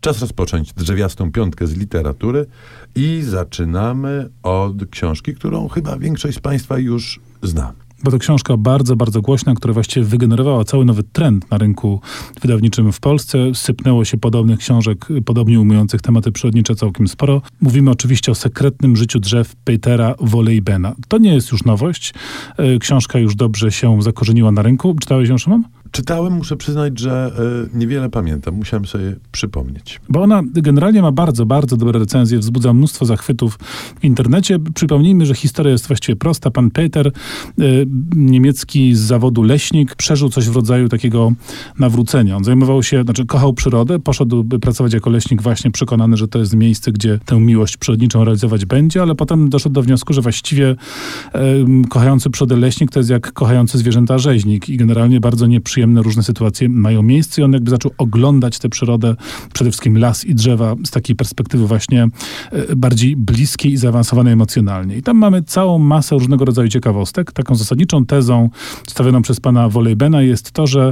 Czas rozpocząć drzewiastą piątkę z literatury i zaczynamy od książki, którą chyba większość z Państwa już zna. Bo to książka bardzo, bardzo głośna, która właściwie wygenerowała cały nowy trend na rynku wydawniczym w Polsce. Sypnęło się podobnych książek, podobnie ujmujących tematy przyrodnicze całkiem sporo. Mówimy oczywiście o sekretnym życiu drzew Petera Wohllebena. To nie jest już nowość. Książka już dobrze się zakorzeniła na rynku. Czytałeś ją, Szymon? Czytałem, muszę przyznać, że niewiele pamiętam. Musiałem sobie przypomnieć. Bo ona generalnie ma bardzo, bardzo dobre recenzje, wzbudza mnóstwo zachwytów w internecie. Przypomnijmy, że historia jest właściwie prosta. Pan Peter, niemiecki z zawodu leśnik, przeżył coś w rodzaju takiego nawrócenia. On zajmował się, kochał przyrodę, poszedł pracować jako leśnik właśnie przekonany, że to jest miejsce, gdzie tę miłość przyrodniczą realizować będzie, ale potem doszedł do wniosku, że właściwie kochający przyrodę leśnik to jest jak kochający zwierzęta rzeźnik i generalnie bardzo nieprzyjemne różne sytuacje mają miejsce i on jakby zaczął oglądać tę przyrodę, przede wszystkim las i drzewa z takiej perspektywy właśnie bardziej bliskiej i zaawansowanej emocjonalnie. I tam mamy całą masę różnego rodzaju ciekawostek. Taką zasadniczą tezą stawioną przez pana Wohllebena jest to, że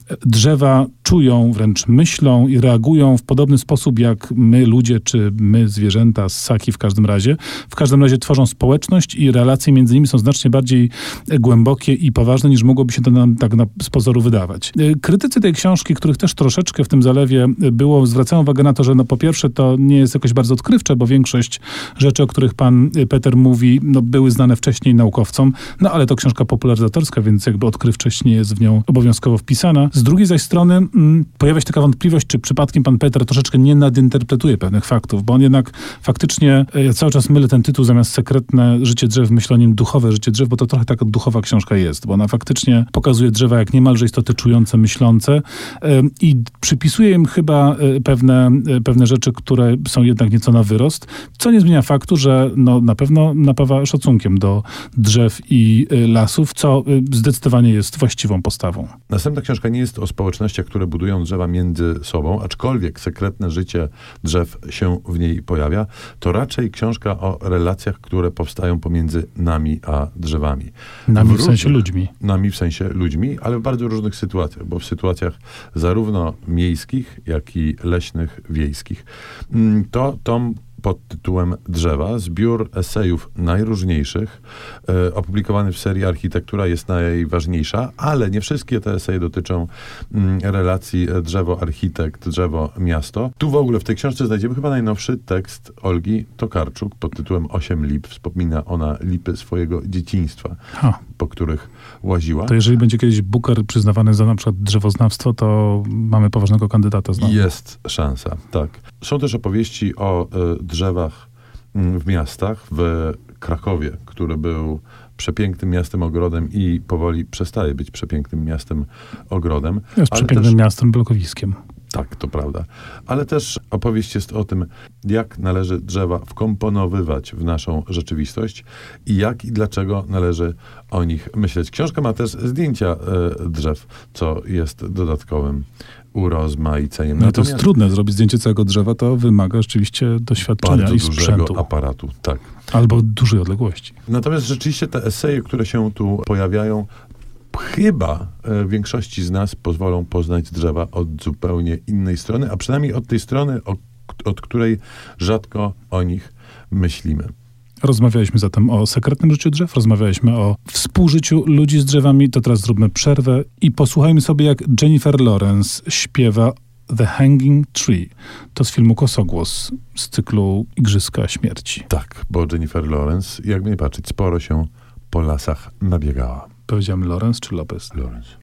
drzewa czują, wręcz myślą i reagują w podobny sposób jak my ludzie, czy my zwierzęta, ssaki w każdym razie. W każdym razie tworzą społeczność i relacje między nimi są znacznie bardziej głębokie i poważne, niż mogłoby się to nam tak z pozoru wydawać. Krytycy tej książki, których też troszeczkę w tym zalewie było, zwracają uwagę na to, że po pierwsze to nie jest jakoś bardzo odkrywcze, bo większość rzeczy, o których pan Peter mówi, były znane wcześniej naukowcom, ale to książka popularyzatorska, więc jakby odkrywczość nie jest w nią obowiązkowo wpisana. Z drugiej zaś strony pojawia się taka wątpliwość, czy przypadkiem pan Peter troszeczkę nie nadinterpretuje pewnych faktów, bo on jednak faktycznie, ja cały czas mylę ten tytuł zamiast sekretne życie drzew, myślę o nim duchowe życie drzew, bo to trochę taka duchowa książka jest, bo ona faktycznie pokazuje drzewa jak niemalże istoty czujące, myślące i przypisuje im chyba pewne rzeczy, które są jednak nieco na wyrost, co nie zmienia faktu, że na pewno napawa szacunkiem do drzew i lasów, co zdecydowanie jest właściwą postawą. Następna książka nie jest o społecznościach, które budują drzewa między sobą, aczkolwiek sekretne życie drzew się w niej pojawia. To raczej książka o relacjach, które powstają pomiędzy nami a drzewami. Nami w sensie ludźmi. Nami w sensie ludźmi, ale w bardzo różnych sytuacjach, bo w sytuacjach zarówno miejskich, jak i leśnych, wiejskich. To tom pod tytułem Drzewa, zbiór esejów najróżniejszych, opublikowany w serii Architektura jest najważniejsza, ale nie wszystkie te eseje dotyczą relacji drzewo-architekt, drzewo-miasto. Tu w ogóle w tej książce znajdziemy chyba najnowszy tekst Olgi Tokarczuk pod tytułem 8 lip. Wspomina ona lipy swojego dzieciństwa, po których łaziła. To jeżeli będzie kiedyś Booker przyznawany za na przykład drzewoznawstwo, to mamy poważnego kandydata znowu. Jest szansa, tak. Są też opowieści o drzewach w miastach. W Krakowie, który był przepięknym miastem ogrodem i powoli przestaje być przepięknym miastem ogrodem. Jest przepięknym miastem blokowiskiem. Tak, to prawda. Ale też opowieść jest o tym, jak należy drzewa wkomponowywać w naszą rzeczywistość i jak i dlaczego należy o nich myśleć. Książka ma też zdjęcia drzew, co jest dodatkowym urozmaiceniem. To jest trudne. Zrobić zdjęcie całego drzewa to wymaga rzeczywiście doświadczenia i sprzętu. Dużego aparatu, tak. Albo dużej odległości. Natomiast rzeczywiście te eseje, które się tu pojawiają, chyba większości z nas pozwolą poznać drzewa od zupełnie innej strony, a przynajmniej od tej strony, od której rzadko o nich myślimy. Rozmawialiśmy zatem o sekretnym życiu drzew, rozmawialiśmy o współżyciu ludzi z drzewami, to teraz zróbmy przerwę i posłuchajmy sobie, jak Jennifer Lawrence śpiewa The Hanging Tree. To z filmu Kosogłos z cyklu Igrzyska Śmierci. Tak, bo Jennifer Lawrence, jakby nie patrzeć, sporo się po lasach nabiegała. Powiedziałem Lawrence czy Lopez? Lawrence.